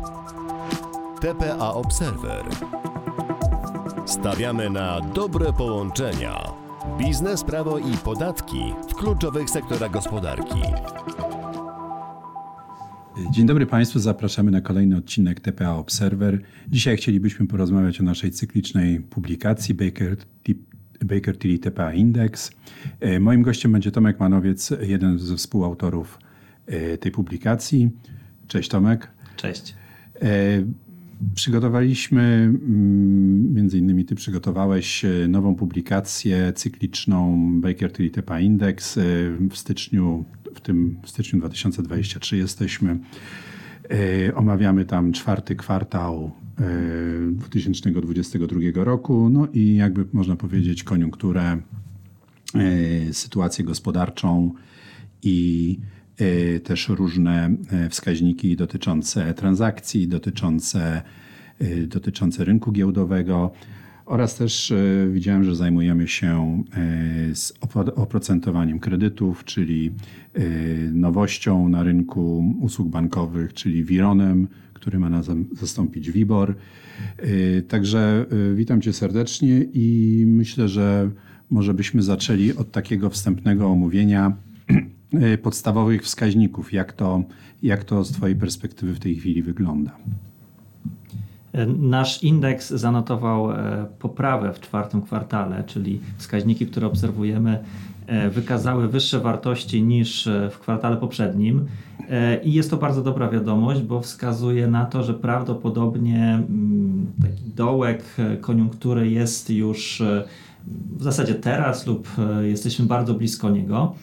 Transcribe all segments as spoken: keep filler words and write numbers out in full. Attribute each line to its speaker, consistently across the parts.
Speaker 1: T P A Observer. Stawiamy na dobre połączenia. Biznes, prawo i podatki w kluczowych sektorach gospodarki.
Speaker 2: Dzień dobry Państwu, zapraszamy na kolejny odcinek T P A Observer. Dzisiaj chcielibyśmy porozmawiać o naszej cyklicznej publikacji Baker, Baker Tilly T P A Index. Moim gościem będzie Tomek Manowiec, jeden ze współautorów tej publikacji. Cześć Tomek.
Speaker 3: Cześć.
Speaker 2: Przygotowaliśmy, między innymi ty przygotowałeś nową publikację cykliczną Baker Tilly T P A Index w styczniu, w tym w styczniu dwa tysiące dwudziestym trzecim jesteśmy. Omawiamy tam czwarty kwartał dwa tysiące dwudziestego drugiego roku, no i jakby można powiedzieć koniunkturę, sytuację gospodarczą i też różne wskaźniki dotyczące transakcji, dotyczące, dotyczące rynku giełdowego oraz też widziałem, że zajmujemy się z oprocentowaniem kredytów, czyli nowością na rynku usług bankowych, czyli WIRON-em, który ma nas zastąpić WIBOR. Także witam Cię serdecznie i myślę, że może byśmy zaczęli od takiego wstępnego omówienia podstawowych wskaźników. Jak to, jak to z Twojej perspektywy w tej chwili wygląda?
Speaker 3: Nasz indeks zanotował poprawę w czwartym kwartale, czyli wskaźniki, które obserwujemy, wykazały wyższe wartości niż w kwartale poprzednim. I jest to bardzo dobra wiadomość, bo wskazuje na to, że prawdopodobnie taki dołek koniunktury jest już w zasadzie teraz lub jesteśmy bardzo blisko niego.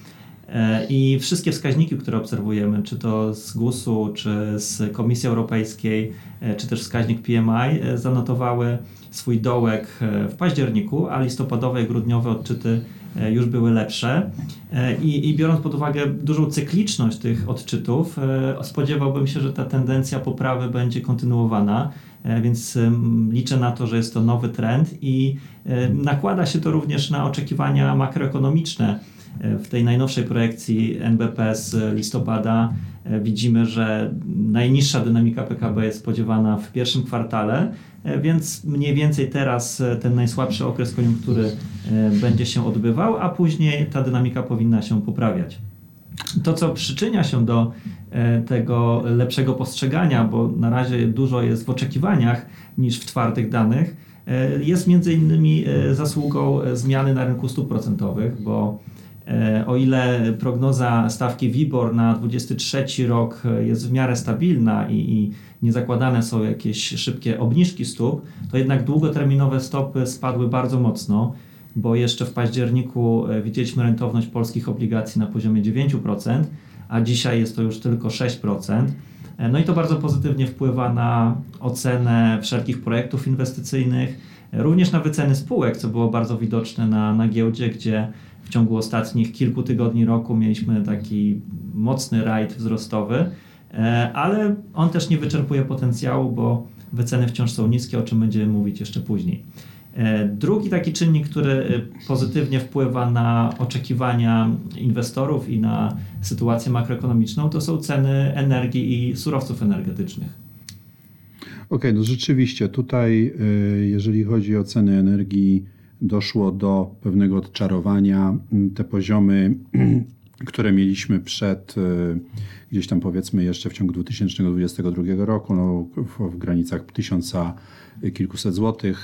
Speaker 3: I wszystkie wskaźniki, które obserwujemy, czy to z gusu, czy z Komisji Europejskiej, czy też wskaźnik P M I, zanotowały swój dołek w październiku, a listopadowe i grudniowe odczyty już były lepsze. I, i biorąc pod uwagę dużą cykliczność tych odczytów, spodziewałbym się, że ta tendencja poprawy będzie kontynuowana, więc liczę na to, że jest to nowy trend i nakłada się to również na oczekiwania makroekonomiczne. W tej najnowszej projekcji N B P z listopada widzimy, że najniższa dynamika P K B jest spodziewana w pierwszym kwartale, więc mniej więcej teraz ten najsłabszy okres koniunktury będzie się odbywał, a później ta dynamika powinna się poprawiać. To, co przyczynia się do tego lepszego postrzegania, bo na razie dużo jest w oczekiwaniach niż w twardych danych, jest między innymi zasługą zmiany na rynku stóp procentowych, bo o ile prognoza stawki WIBOR na dwudziesty trzeci rok jest w miarę stabilna i, i nie zakładane są jakieś szybkie obniżki stóp, to jednak długoterminowe stopy spadły bardzo mocno, bo jeszcze w październiku widzieliśmy rentowność polskich obligacji na poziomie dziewięć procent, a dzisiaj jest to już tylko sześć procent. No i to bardzo pozytywnie wpływa na ocenę wszelkich projektów inwestycyjnych, również na wyceny spółek, co było bardzo widoczne na, na giełdzie, gdzie w ciągu ostatnich kilku tygodni roku mieliśmy taki mocny rajd wzrostowy, ale on też nie wyczerpuje potencjału, bo wyceny wciąż są niskie, o czym będziemy mówić jeszcze później. Drugi taki czynnik, który pozytywnie wpływa na oczekiwania inwestorów i na sytuację makroekonomiczną, to są ceny energii i surowców energetycznych.
Speaker 2: Okej, okay, no rzeczywiście tutaj, jeżeli chodzi o ceny energii, doszło do pewnego odczarowania. Te poziomy, które mieliśmy przed, gdzieś tam powiedzmy jeszcze w ciągu dwa tysiące dwudziestego drugiego roku, no w, w granicach tysiąca kilkuset złotych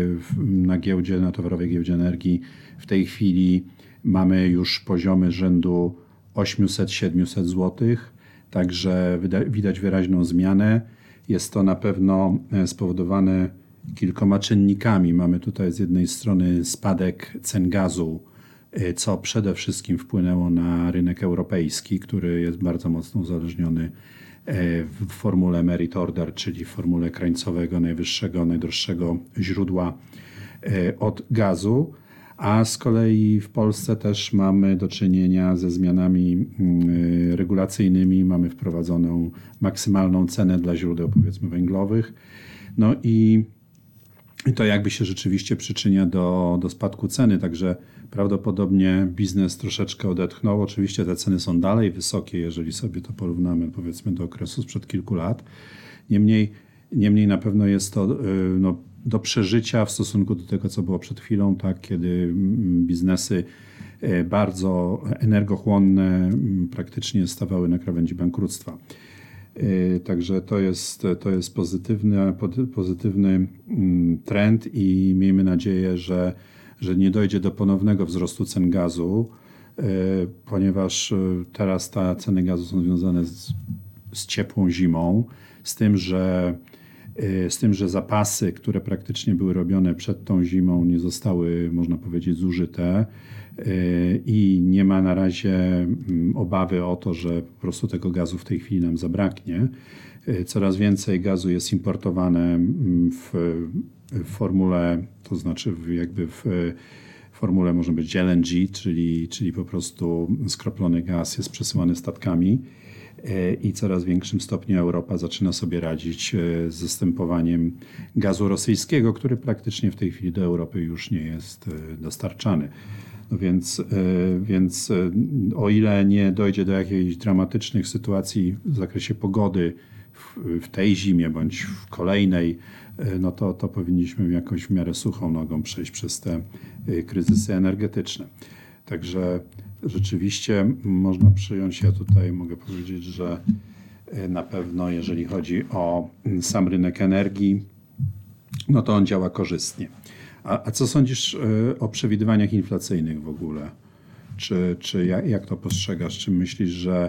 Speaker 2: na giełdzie, na towarowej giełdzie energii. W tej chwili mamy już poziomy rzędu osiemset do siedmiuset złotych, także widać wyraźną zmianę. Jest to na pewno spowodowane kilkoma czynnikami. Mamy tutaj z jednej strony spadek cen gazu, co przede wszystkim wpłynęło na rynek europejski, który jest bardzo mocno uzależniony w formule merit order, czyli w formule krańcowego, najwyższego, najdroższego źródła od gazu. A z kolei w Polsce też mamy do czynienia ze zmianami regulacyjnymi. Mamy wprowadzoną maksymalną cenę dla źródeł, powiedzmy, węglowych. No i to jakby się rzeczywiście przyczynia do, do spadku ceny, także prawdopodobnie biznes troszeczkę odetchnął. Oczywiście te ceny są dalej wysokie, jeżeli sobie to porównamy, powiedzmy, do okresu sprzed kilku lat. Niemniej, niemniej na pewno jest to no, do przeżycia w stosunku do tego, co było przed chwilą, tak, kiedy biznesy bardzo energochłonne praktycznie stawały na krawędzi bankructwa. Także to jest, to jest pozytywny, pozytywny trend i miejmy nadzieję, że, że nie dojdzie do ponownego wzrostu cen gazu, ponieważ teraz te ceny gazu są związane z, z ciepłą zimą, z tym, że, z tym, że zapasy, które praktycznie były robione przed tą zimą, nie zostały, można powiedzieć, zużyte. I nie ma na razie obawy o to, że po prostu tego gazu w tej chwili nam zabraknie. Coraz więcej gazu jest importowane w, w formule, to znaczy jakby w formule może być L N G, czyli, czyli po prostu skroplony gaz jest przesyłany statkami i coraz większym stopniu Europa zaczyna sobie radzić z zastępowaniem gazu rosyjskiego, który praktycznie w tej chwili do Europy już nie jest dostarczany. No więc, więc o ile nie dojdzie do jakichś dramatycznych sytuacji w zakresie pogody w, w tej zimie bądź w kolejnej, no to, to powinniśmy jakoś w miarę suchą nogą przejść przez te kryzysy energetyczne. Także rzeczywiście można przyjąć, ja tutaj mogę powiedzieć, że na pewno jeżeli chodzi o sam rynek energii, no to on działa korzystnie. A, a co sądzisz o przewidywaniach inflacyjnych w ogóle? Czy, czy jak, jak to postrzegasz? Czy myślisz, że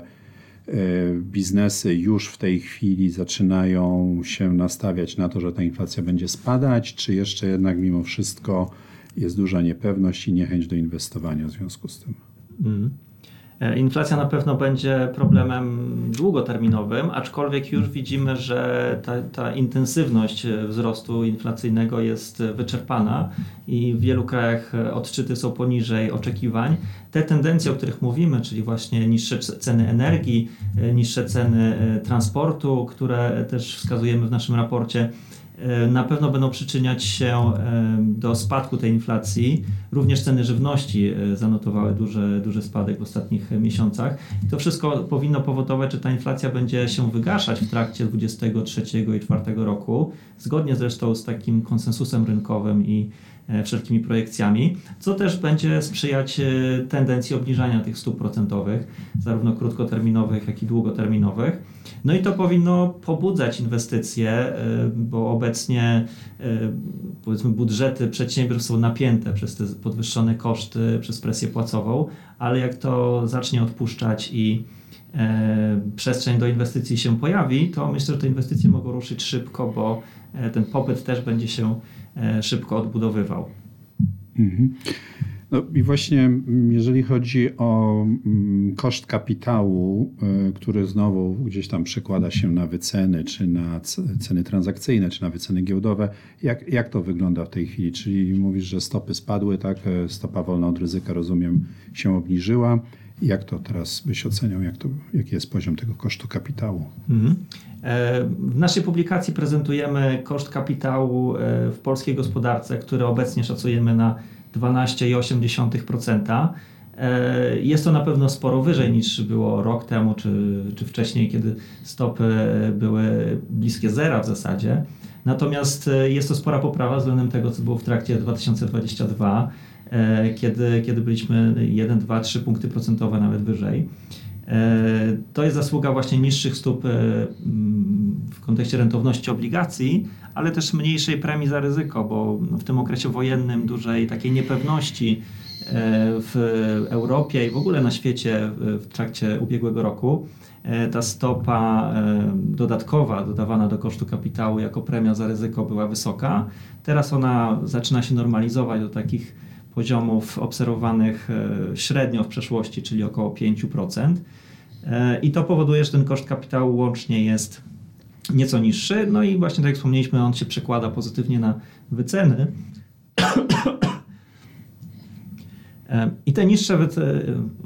Speaker 2: biznesy już w tej chwili zaczynają się nastawiać na to, że ta inflacja będzie spadać, czy jeszcze jednak mimo wszystko jest duża niepewność i niechęć do inwestowania w związku z tym?
Speaker 3: Mm. Inflacja na pewno będzie problemem długoterminowym, aczkolwiek już widzimy, że ta, ta intensywność wzrostu inflacyjnego jest wyczerpana i w wielu krajach odczyty są poniżej oczekiwań. Te tendencje, o których mówimy, czyli właśnie niższe ceny energii, niższe ceny transportu, które też wskazujemy w naszym raporcie, na pewno będą przyczyniać się do spadku tej inflacji. Również ceny żywności zanotowały duży, duży spadek w ostatnich miesiącach. I to wszystko powinno powodować, że ta inflacja będzie się wygaszać w trakcie dwudziestego trzeciego i dwudziestego czwartego roku, zgodnie zresztą z takim konsensusem rynkowym i wszelkimi projekcjami, co też będzie sprzyjać tendencji obniżania tych stóp procentowych, zarówno krótkoterminowych, jak i długoterminowych. No i to powinno pobudzać inwestycje, bo obecnie powiedzmy budżety przedsiębiorstw są napięte przez te podwyższone koszty, przez presję płacową, ale jak to zacznie odpuszczać i przestrzeń do inwestycji się pojawi, to myślę, że te inwestycje mogą ruszyć szybko, bo ten popyt też będzie się szybko odbudowywał.
Speaker 2: Mhm. No i właśnie jeżeli chodzi o koszt kapitału, który znowu gdzieś tam przekłada się na wyceny, czy na ceny transakcyjne, czy na wyceny giełdowe, jak, jak to wygląda w tej chwili? Czyli mówisz, że stopy spadły, tak? Stopa wolna od ryzyka, rozumiem, się obniżyła. Jak to teraz byś oceniał, jak to, jaki jest poziom tego kosztu kapitału? Mhm.
Speaker 3: W naszej publikacji prezentujemy koszt kapitału w polskiej gospodarce, który obecnie szacujemy na dwanaście przecinek osiem procent. Jest to na pewno sporo wyżej niż było rok temu, czy, czy wcześniej, kiedy stopy były bliskie zera w zasadzie. Natomiast jest to spora poprawa względem tego, co było w trakcie dwa tysiące dwudziestego drugiego, kiedy, kiedy byliśmy jeden, dwa, trzy punkty procentowe nawet wyżej. To jest zasługa właśnie niższych stóp w kontekście rentowności obligacji, ale też mniejszej premii za ryzyko, bo w tym okresie wojennym dużej takiej niepewności w Europie i w ogóle na świecie w trakcie ubiegłego roku ta stopa dodatkowa dodawana do kosztu kapitału jako premia za ryzyko była wysoka. Teraz ona zaczyna się normalizować do takich poziomów obserwowanych średnio w przeszłości, czyli około pięć procent. I to powoduje, że ten koszt kapitału łącznie jest nieco niższy. No i właśnie tak jak wspomnieliśmy, on się przekłada pozytywnie na wyceny. I te niższe wyceny...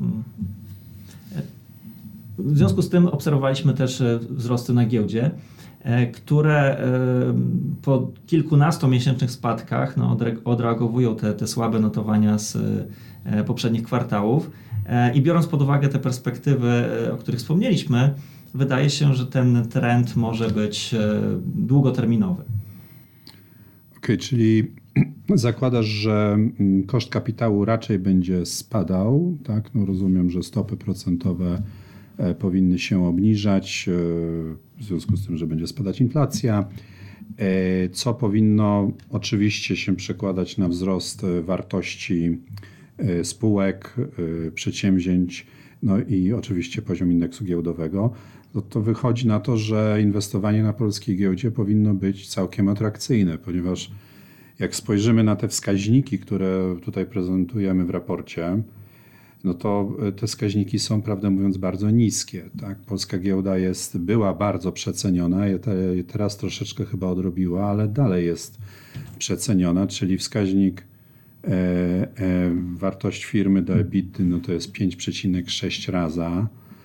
Speaker 3: W związku z tym obserwowaliśmy też wzrosty na giełdzie, które po kilkunastomiesięcznych spadkach no, odreagowują te, te słabe notowania z poprzednich kwartałów. I biorąc pod uwagę te perspektywy, o których wspomnieliśmy, wydaje się, że ten trend może być długoterminowy.
Speaker 2: Okej, okay, czyli zakładasz, że koszt kapitału raczej będzie spadał, tak? No rozumiem, że stopy procentowe powinny się obniżać w związku z tym, że będzie spadać inflacja, co powinno oczywiście się przekładać na wzrost wartości spółek, przedsięwzięć, no i oczywiście poziom indeksu giełdowego. No to wychodzi na to, że inwestowanie na polskiej giełdzie powinno być całkiem atrakcyjne, ponieważ jak spojrzymy na te wskaźniki, które tutaj prezentujemy w raporcie, no to te wskaźniki są, prawdę mówiąc, bardzo niskie. Tak? Polska giełda jest, była bardzo przeceniona, teraz troszeczkę chyba odrobiła, ale dalej jest przeceniona, czyli wskaźnik e, e, wartość firmy do EBITDA no to jest pięć przecinek sześć raza.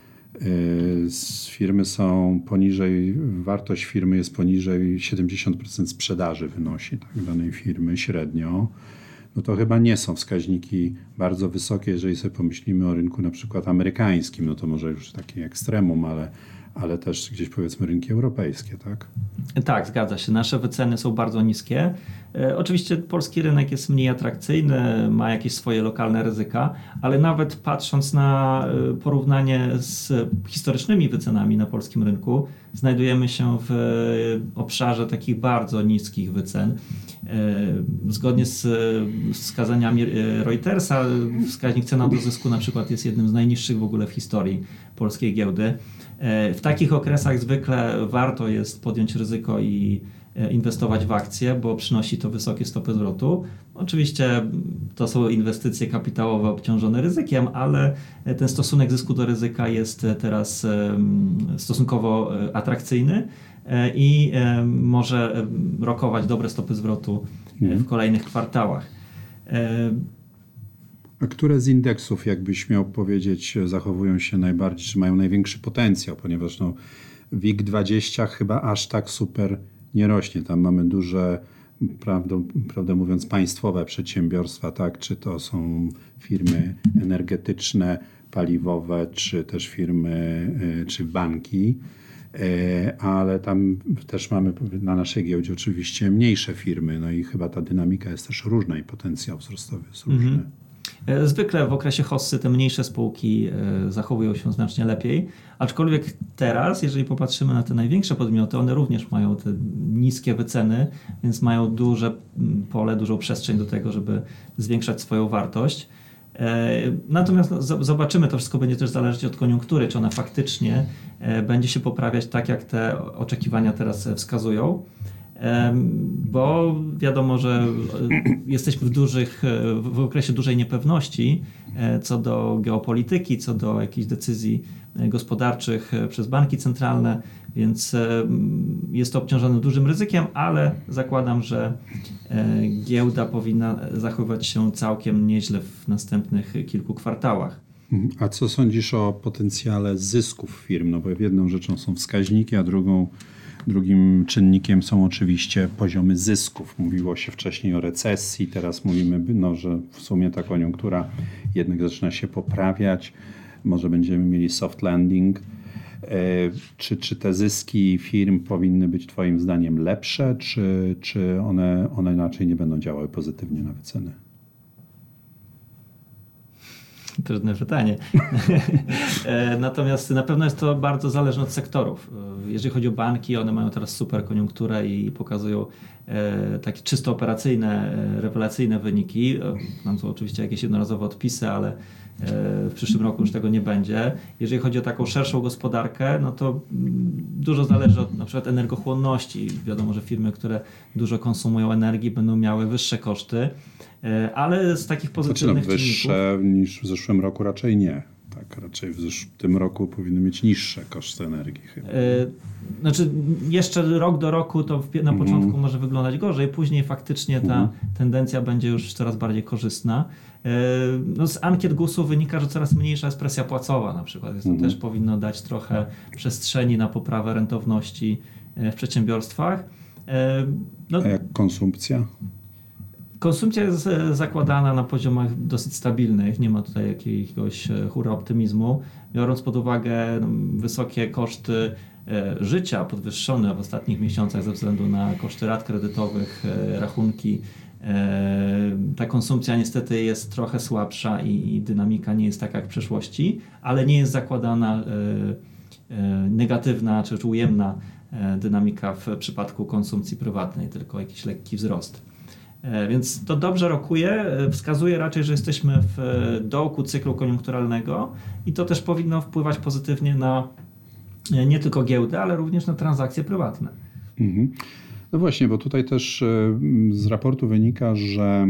Speaker 2: Z firmy są poniżej, wartość firmy jest poniżej siedemdziesiąt procent sprzedaży wynosi tak, danej firmy średnio. No to chyba nie są wskaźniki bardzo wysokie, jeżeli sobie pomyślimy o rynku na przykład amerykańskim, no to może już taki ekstremum, ale, ale też gdzieś powiedzmy rynki europejskie, tak?
Speaker 3: Tak, zgadza się. Nasze wyceny są bardzo niskie. E, oczywiście polski rynek jest mniej atrakcyjny, ma jakieś swoje lokalne ryzyka, ale nawet patrząc na porównanie z historycznymi wycenami na polskim rynku, znajdujemy się w obszarze takich bardzo niskich wycen. E, zgodnie z wskazaniami Reutersa wskaźnik cena do zysku na przykład jest jednym z najniższych w ogóle w historii polskiej giełdy. W takich okresach zwykle warto jest podjąć ryzyko i inwestować w akcje, bo przynosi to wysokie stopy zwrotu. Oczywiście to są inwestycje kapitałowe obciążone ryzykiem, ale ten stosunek zysku do ryzyka jest teraz stosunkowo atrakcyjny i może rokować dobre stopy zwrotu w kolejnych kwartałach.
Speaker 2: A które z indeksów, jakbyś miał powiedzieć, zachowują się najbardziej, czy mają największy potencjał, ponieważ no, W I G dwadzieścia chyba aż tak super nie rośnie. Tam mamy duże, prawdą, prawdę mówiąc, państwowe przedsiębiorstwa, tak? Czy to są firmy energetyczne, paliwowe, czy też firmy, czy banki. Ale tam też mamy na naszej giełdzie oczywiście mniejsze firmy, no i chyba ta dynamika jest też różna i potencjał wzrostowy jest różny. Mhm.
Speaker 3: Zwykle w okresie hossy te mniejsze spółki zachowują się znacznie lepiej, aczkolwiek teraz, jeżeli popatrzymy na te największe podmioty, one również mają te niskie wyceny, więc mają duże pole, dużą przestrzeń do tego, żeby zwiększać swoją wartość. Natomiast zobaczymy, to wszystko będzie też zależeć od koniunktury, czy ona faktycznie będzie się poprawiać tak, jak te oczekiwania teraz wskazują. Bo wiadomo, że jesteśmy w, dużych, w okresie dużej niepewności co do geopolityki, co do jakichś decyzji gospodarczych przez banki centralne, więc jest to obciążone dużym ryzykiem, ale zakładam, że giełda powinna zachowywać się całkiem nieźle w następnych kilku kwartałach.
Speaker 2: A co sądzisz o potencjale zysków firm? No bo jedną rzeczą są wskaźniki, a drugą Drugim czynnikiem są oczywiście poziomy zysków. Mówiło się wcześniej o recesji, teraz mówimy, no, że w sumie ta koniunktura jednak zaczyna się poprawiać. Może będziemy mieli soft landing. Czy, czy te zyski firm powinny być twoim zdaniem lepsze, czy, czy one, one inaczej nie będą działały pozytywnie na wyceny?
Speaker 3: Trudne pytanie. Natomiast na pewno jest to bardzo zależne od sektorów. Jeżeli chodzi o banki, one mają teraz super koniunkturę i pokazują takie czysto operacyjne, rewelacyjne wyniki. Mam tu oczywiście jakieś jednorazowe odpisy, ale w przyszłym roku już tego nie będzie. Jeżeli chodzi o taką szerszą gospodarkę, no to dużo zależy od na przykład energochłonności. Wiadomo, że firmy, które dużo konsumują energii, będą miały wyższe koszty, ale z takich pozytywnych
Speaker 2: znaczy, no, wyższe
Speaker 3: czynników...
Speaker 2: niż w zeszłym roku raczej nie. Tak, raczej w zesz- tym roku powinny mieć niższe koszty energii chyba. Yy,
Speaker 3: znaczy jeszcze rok do roku to w, na mm. początku może wyglądać gorzej, później faktycznie ta mm. tendencja będzie już coraz bardziej korzystna. Yy, no z ankiet gusu wynika, że coraz mniejsza jest presja płacowa na przykład, więc to mm. też powinno dać trochę przestrzeni na poprawę rentowności w przedsiębiorstwach. Yy,
Speaker 2: no, a jak konsumpcja?
Speaker 3: Konsumpcja jest zakładana na poziomach dosyć stabilnych, nie ma tutaj jakiegoś hura optymizmu. Biorąc pod uwagę wysokie koszty życia podwyższone w ostatnich miesiącach ze względu na koszty rat kredytowych, rachunki, ta konsumpcja niestety jest trochę słabsza i dynamika nie jest taka jak w przeszłości, ale nie jest zakładana negatywna czy ujemna dynamika w przypadku konsumpcji prywatnej, tylko jakiś lekki wzrost. Więc to dobrze rokuje, wskazuje raczej, że jesteśmy w dołku cyklu koniunkturalnego i to też powinno wpływać pozytywnie na nie tylko giełdę, ale również na transakcje prywatne.
Speaker 2: Mhm. No właśnie, bo tutaj też z raportu wynika, że,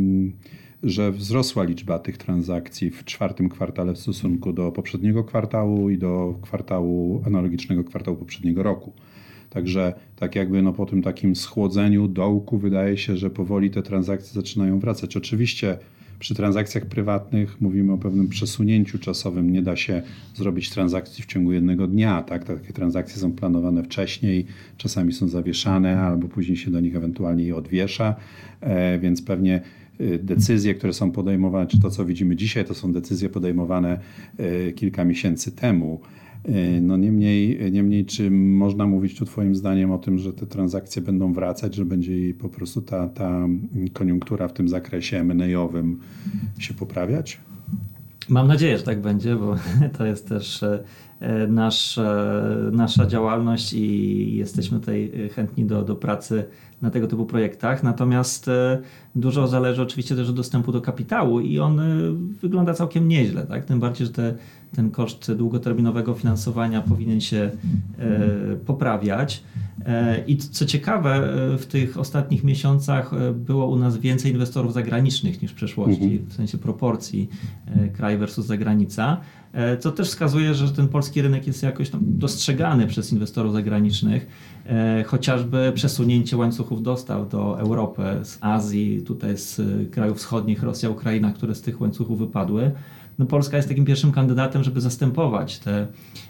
Speaker 2: że wzrosła liczba tych transakcji w czwartym kwartale w stosunku do poprzedniego kwartału i do kwartału analogicznego kwartału poprzedniego roku. Także tak jakby no po tym takim schłodzeniu dołku wydaje się, że powoli te transakcje zaczynają wracać. Oczywiście przy transakcjach prywatnych mówimy o pewnym przesunięciu czasowym. Nie da się zrobić transakcji w ciągu jednego dnia. Tak? Takie transakcje są planowane wcześniej, czasami są zawieszane albo później się do nich ewentualnie je odwiesza, e, więc pewnie decyzje, które są podejmowane, czy to co widzimy dzisiaj, to są decyzje podejmowane e, kilka miesięcy temu. No niemniej, niemniej, czy można mówić tu twoim zdaniem o tym, że te transakcje będą wracać, że będzie po prostu ta, ta koniunktura w tym zakresie em and a-owym się poprawiać?
Speaker 3: Mam nadzieję, że tak będzie, bo to jest też nasz, nasza działalność i jesteśmy tutaj chętni do, do pracy na tego typu projektach. Natomiast dużo zależy oczywiście też od dostępu do kapitału i on wygląda całkiem nieźle. Tak? Tym bardziej, że te, ten koszt długoterminowego finansowania powinien się e, poprawiać. E, I co ciekawe, w tych ostatnich miesiącach było u nas więcej inwestorów zagranicznych niż w przeszłości, w sensie proporcji e, kraj versus zagranica. Co też wskazuje, że ten polski rynek jest jakoś tam dostrzegany przez inwestorów zagranicznych, chociażby przesunięcie łańcuchów dostaw do Europy, z Azji, tutaj z krajów wschodnich, Rosja, Ukraina, które z tych łańcuchów wypadły. No Polska jest takim pierwszym kandydatem, żeby zastępować te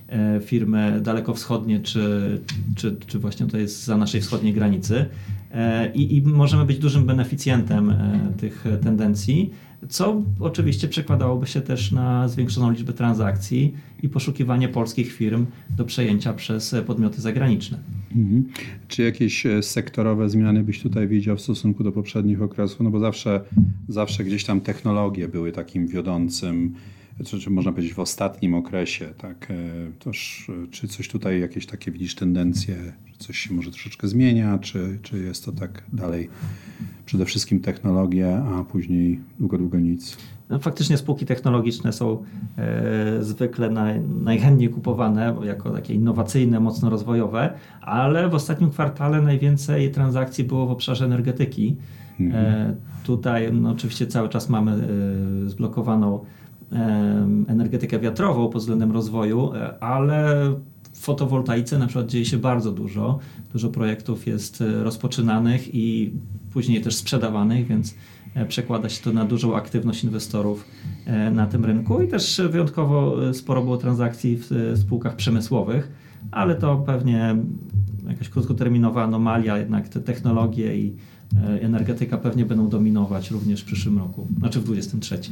Speaker 3: firmy dalekowschodnie, czy, czy, czy właśnie to jest za naszej wschodniej granicy. I, i możemy być dużym beneficjentem tych tendencji, co oczywiście przekładałoby się też na zwiększoną liczbę transakcji i poszukiwanie polskich firm do przejęcia przez podmioty zagraniczne.
Speaker 2: Mhm. Czy jakieś sektorowe zmiany byś tutaj widział w stosunku do poprzednich okresów? No bo zawsze, zawsze gdzieś tam technologie były takim wiodącym, czy, czy można powiedzieć w ostatnim okresie, tak? Toż, czy coś tutaj, jakieś takie widzisz tendencje, że coś się może troszeczkę zmienia, czy, czy jest to tak dalej przede wszystkim technologie, a później długo, długo nic?
Speaker 3: No, faktycznie spółki technologiczne są e, zwykle naj, najchętniej kupowane jako takie innowacyjne, mocno rozwojowe, ale w ostatnim kwartale najwięcej transakcji było w obszarze energetyki. Mhm. E, tutaj no, oczywiście cały czas mamy e, zblokowaną energetykę wiatrową pod względem rozwoju, ale w fotowoltaice na przykład dzieje się bardzo dużo. Dużo projektów jest rozpoczynanych i później też sprzedawanych, więc przekłada się to na dużą aktywność inwestorów na tym rynku i też wyjątkowo sporo było transakcji w spółkach przemysłowych, ale to pewnie jakaś krótkoterminowa anomalia, jednak te technologie i energetyka pewnie będą dominować również w przyszłym roku, znaczy w dwudziestym trzecim.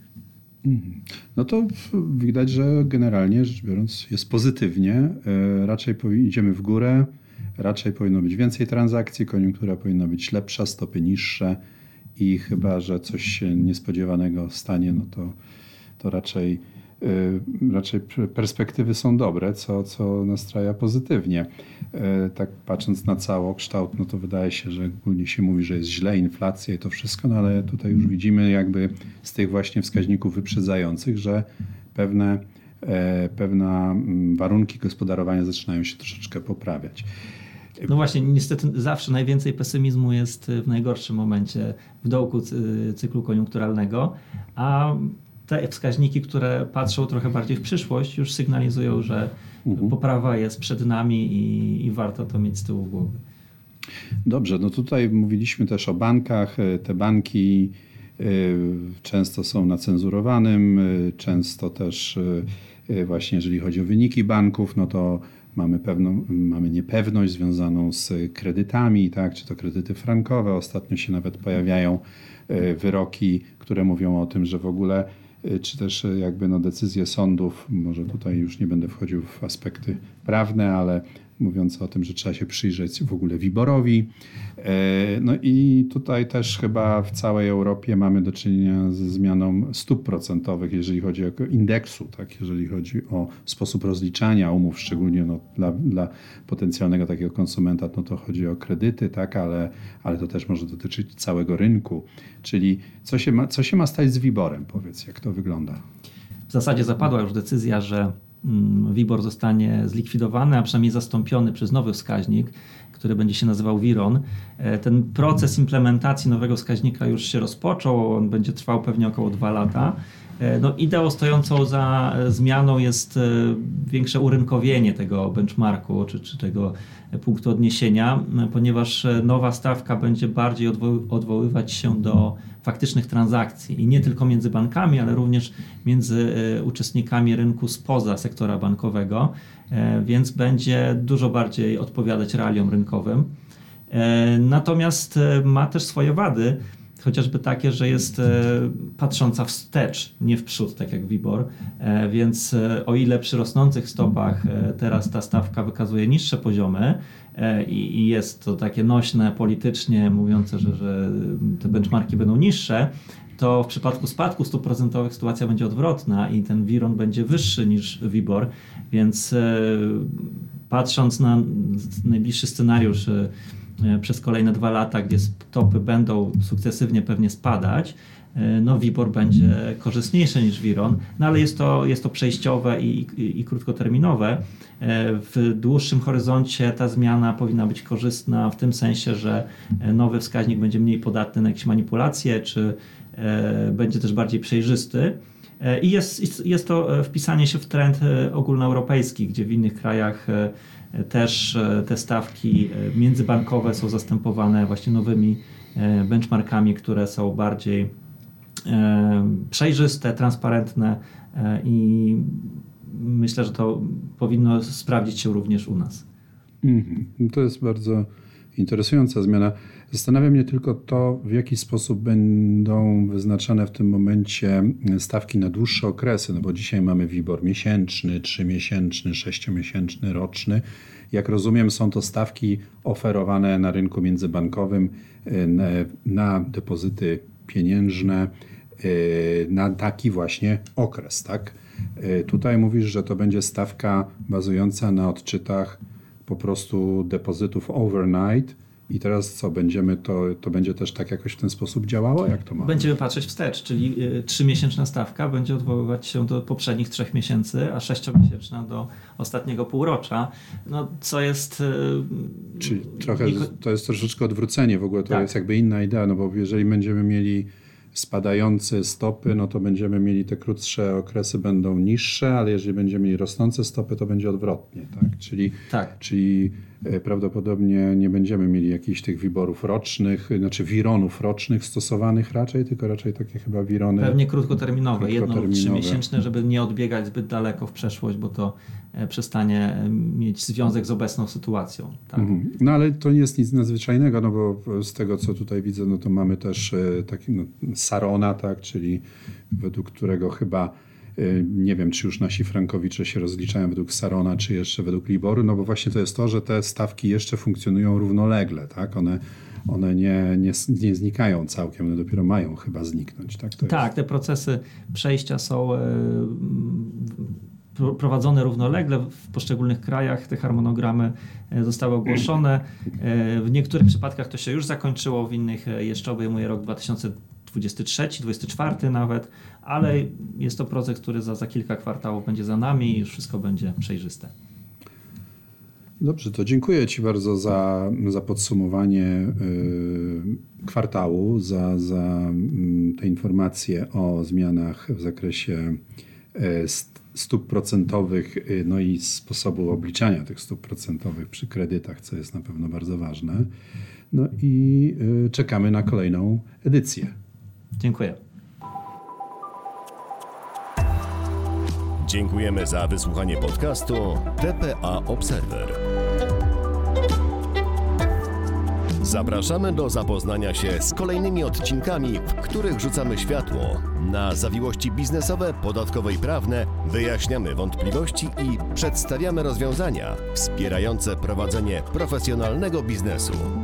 Speaker 2: No to widać, że generalnie rzecz biorąc jest pozytywnie. Raczej idziemy w górę, raczej powinno być więcej transakcji, koniunktura powinna być lepsza, stopy niższe i chyba, że coś się niespodziewanego stanie, no to, to raczej, raczej perspektywy są dobre, co, co nastraja pozytywnie. Tak patrząc na całokształt, no to wydaje się, że ogólnie się mówi, że jest źle, inflacja i to wszystko, no ale tutaj już widzimy jakby z tych właśnie wskaźników wyprzedzających, że pewne, pewne warunki gospodarowania zaczynają się troszeczkę poprawiać.
Speaker 3: No właśnie, niestety zawsze najwięcej pesymizmu jest w najgorszym momencie w dołku cyklu koniunkturalnego, a te wskaźniki, które patrzą trochę bardziej w przyszłość, już sygnalizują, że mhm. poprawa jest przed nami i, i warto to mieć z tyłu głowy.
Speaker 2: Dobrze, no tutaj mówiliśmy też o bankach. Te banki często są na cenzurowanym, często też właśnie jeżeli chodzi o wyniki banków, no to mamy pewną, mamy niepewność związaną z kredytami, tak? Czy to kredyty frankowe. Ostatnio się nawet pojawiają wyroki, które mówią o tym, że w ogóle czy też jakby no decyzje sądów, może tutaj już nie będę wchodził w aspekty prawne, ale mówiąc o tym, że trzeba się przyjrzeć w ogóle WIBOR-owi. No i tutaj też chyba w całej Europie mamy do czynienia ze zmianą stóp procentowych, jeżeli chodzi o indeksu, tak? Jeżeli chodzi o sposób rozliczania umów, szczególnie no dla, dla potencjalnego takiego konsumenta, no to chodzi o kredyty, tak? ale, ale to też może dotyczyć całego rynku. Czyli co się ma, co się ma stać z WIBOR-em? Powiedz, jak to wygląda?
Speaker 3: W zasadzie zapadła już decyzja, że WIBOR zostanie zlikwidowany, a przynajmniej zastąpiony przez nowy wskaźnik, który będzie się nazywał WIRON. Ten proces implementacji nowego wskaźnika już się rozpoczął, on będzie trwał pewnie około dwa lata. No, ideą stojącą za zmianą jest większe urynkowienie tego benchmarku, czy, czy tego punktu odniesienia, ponieważ nowa stawka będzie bardziej odwo- odwoływać się do faktycznych transakcji i nie tylko między bankami, ale również między uczestnikami rynku spoza sektora bankowego, więc będzie dużo bardziej odpowiadać realiom rynkowym. Natomiast ma też swoje wady, chociażby takie, że jest patrząca wstecz, nie w przód, tak jak WIBOR, więc o ile przy rosnących stopach teraz ta stawka wykazuje niższe poziomy i jest to takie nośne politycznie, mówiące, że, że te benchmarki będą niższe, to w przypadku spadku stóp procentowych sytuacja będzie odwrotna i ten WIRON będzie wyższy niż WIBOR, więc patrząc na najbliższy scenariusz przez kolejne dwa lata, gdzie stopy będą sukcesywnie pewnie spadać, no WIBOR będzie korzystniejszy niż WIRON, no ale jest to, jest to przejściowe i, i, i krótkoterminowe. W dłuższym horyzoncie ta zmiana powinna być korzystna w tym sensie, że nowy wskaźnik będzie mniej podatny na jakieś manipulacje, czy będzie też bardziej przejrzysty. I jest, jest to wpisanie się w trend ogólnoeuropejski, gdzie w innych krajach też te stawki międzybankowe są zastępowane właśnie nowymi benchmarkami, które są bardziej przejrzyste, transparentne i myślę, że to powinno sprawdzić się również u nas.
Speaker 2: Mm-hmm. To jest bardzo interesująca zmiana. Zastanawia mnie tylko to, w jaki sposób będą wyznaczane w tym momencie stawki na dłuższe okresy, no bo dzisiaj mamy WIBOR miesięczny, trzymiesięczny, sześciomiesięczny, roczny. Jak rozumiem, są to stawki oferowane na rynku międzybankowym na, na depozyty pieniężne na taki właśnie okres, tak? Tutaj mówisz, że to będzie stawka bazująca na odczytach po prostu depozytów overnight. I teraz co, będziemy to, to będzie też tak jakoś w ten sposób działało? Jak to ma?
Speaker 3: Będziemy patrzeć wstecz, czyli trzymiesięczna stawka będzie odwoływać się do poprzednich trzech miesięcy, a sześciomiesięczna do ostatniego półrocza, no co jest...
Speaker 2: Czyli trochę, to jest troszeczkę odwrócenie w ogóle, to
Speaker 3: tak.
Speaker 2: jest jakby inna idea, no bo jeżeli będziemy mieli spadające stopy, no to będziemy mieli te krótsze okresy będą niższe, ale jeżeli będziemy mieli rosnące stopy, to będzie odwrotnie, tak? Czyli,
Speaker 3: tak.
Speaker 2: czyli prawdopodobnie nie będziemy mieli jakichś tych WIBORów rocznych, znaczy wironów rocznych stosowanych raczej, tylko raczej takie chyba wirony...
Speaker 3: Pewnie krótkoterminowe, jedno lub
Speaker 2: krótkoterminowe.
Speaker 3: trzymiesięczne, żeby nie odbiegać zbyt daleko w przeszłość, bo to przestanie mieć związek z obecną sytuacją. Tak?
Speaker 2: Mhm. No ale to nie jest nic nadzwyczajnego, no bo z tego co tutaj widzę, no to mamy też taki no, Sarona, tak, czyli według którego chyba nie wiem, czy już nasi frankowicze się rozliczają według Sarona, czy jeszcze według Liboru, no bo właśnie to jest to, że te stawki jeszcze funkcjonują równolegle, tak? One, one nie, nie, nie znikają całkiem, one dopiero mają chyba zniknąć, tak? To
Speaker 3: tak,
Speaker 2: jest...
Speaker 3: te procesy przejścia są prowadzone równolegle w poszczególnych krajach, te harmonogramy zostały ogłoszone. W niektórych przypadkach to się już zakończyło, w innych jeszcze obejmuje rok dwa tysiące dwudziesty trzeci, dwudziesty czwarty nawet, ale jest to proces, który za, za kilka kwartałów będzie za nami i już wszystko będzie przejrzyste.
Speaker 2: Dobrze, to dziękuję Ci bardzo za, za podsumowanie y, kwartału, za, za y, te informacje o zmianach w zakresie y, stóp procentowych, y, no i sposobu obliczania tych stóp procentowych przy kredytach, co jest na pewno bardzo ważne. No i y, czekamy na kolejną edycję.
Speaker 3: Dziękuję.
Speaker 1: Dziękujemy za wysłuchanie podcastu T P A Observer. Zapraszamy do zapoznania się z kolejnymi odcinkami, w których rzucamy światło na zawiłości biznesowe, podatkowe i prawne, wyjaśniamy wątpliwości i przedstawiamy rozwiązania wspierające prowadzenie profesjonalnego biznesu.